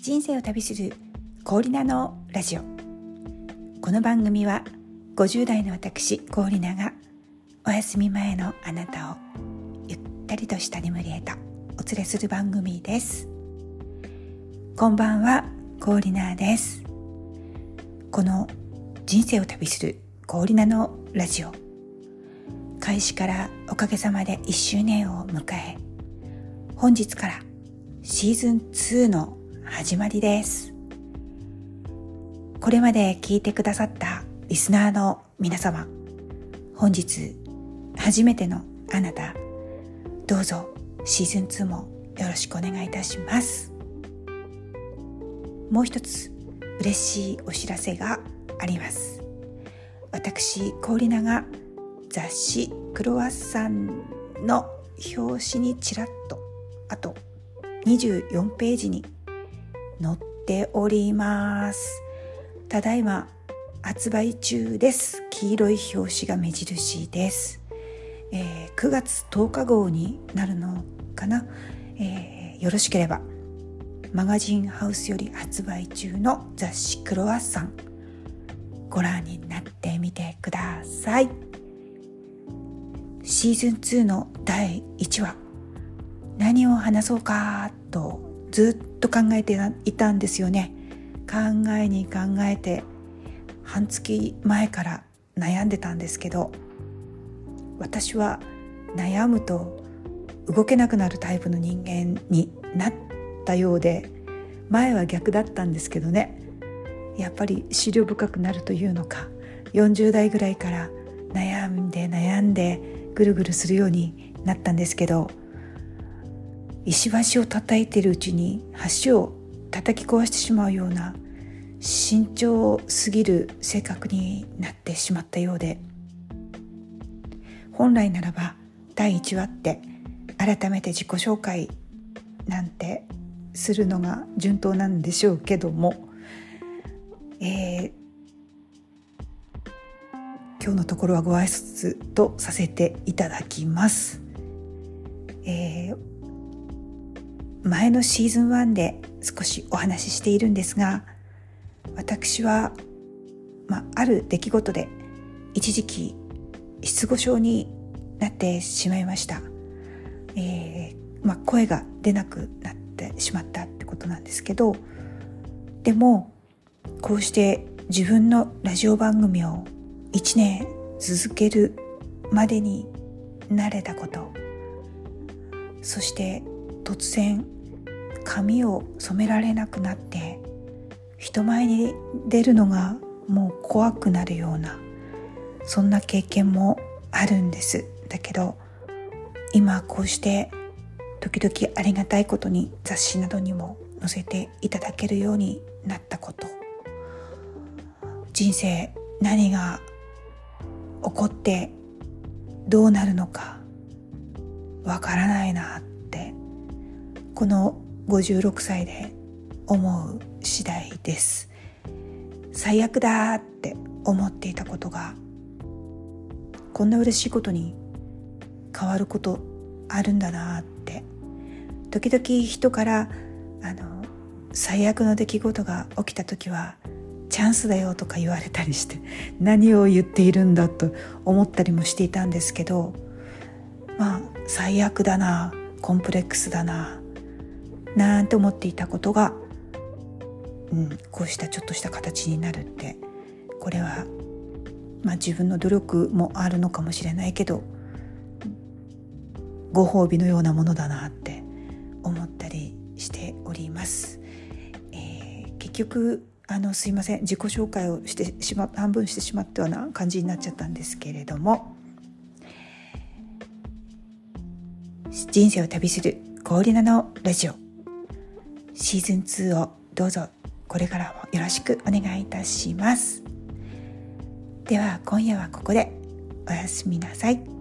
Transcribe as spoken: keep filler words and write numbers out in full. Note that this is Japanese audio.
人生を旅するコーリナのラジオ。この番組はごじゅう代の私コーリナがお休み前のあなたをゆったりとした眠りへとお連れする番組です。こんばんは、コーリナです。この人生を旅するコーリナのラジオ、開始からおかげさまでいっしゅうねんを迎え、本日からシーズンツーの始まりです。これまで聞いてくださったリスナーの皆様、本日初めてのあなた、どうぞシーズンツーもよろしくお願いいたします。もう一つ嬉しいお知らせがあります。私コーリナが雑誌クロワッサンの表紙にちらっと、あとにじゅうよんページに載っております。ただいま発売中です。黄色い表紙が目印です。えー、くがつとおか号になるのかな、えー、よろしければマガジンハウスより発売中の雑誌クロワッサンご覧になってみてください。シーズンツーのだいいちわ、何を話そうかとずっと考えていたんですよね。考えに考えて半月前から悩んでたんですけど、私は悩むと動けなくなるタイプの人間になったようで、前は逆だったんですけどね、やっぱり思慮深くなるというのか、よんじゅう代ぐらいから悩んで悩んでぐるぐるするようになったんですけど、石橋を叩いているうちに橋を叩き壊してしまうような慎重すぎる性格になってしまったようで、本来ならばだいいちわって改めて自己紹介なんてするのが順当なんでしょうけども、えー、今日のところはご挨拶とさせていただきます。えー前のシーズンワンで少しお話ししているんですが、私は、まあ、ある出来事で一時期失語症になってしまいました。えーまあ、声が出なくなってしまったってことなんですけど、でもこうして自分のラジオ番組をいちねん続けるまでになれたこと、そして突然髪を染められなくなって人前に出るのがもう怖くなるような、そんな経験もあるんです。だけど今こうして時々ありがたいことに雑誌などにも載せていただけるようになったこと、人生何が起こってどうなるのかわからないなって、このごじゅうろくさいで思う次第です。最悪だって思っていたことがこんな嬉しいことに変わることあるんだなって、時々人からあの最悪の出来事が起きた時はチャンスだよとか言われたりして、何を言っているんだと思ったりもしていたんですけど、まあ最悪だな、コンプレックスだななんて思っていたことが、うん、こうしたちょっとした形になるって、これは、まあ、自分の努力もあるのかもしれないけど、ご褒美のようなものだなって思ったりしております。えー、結局あのすいません、自己紹介をしてしま半分してしまったような感じになっちゃったんですけれども、人生を旅するコーリナのラジオシーズンツーをどうぞこれからもよろしくお願いいたします。では今夜はここでおやすみなさい。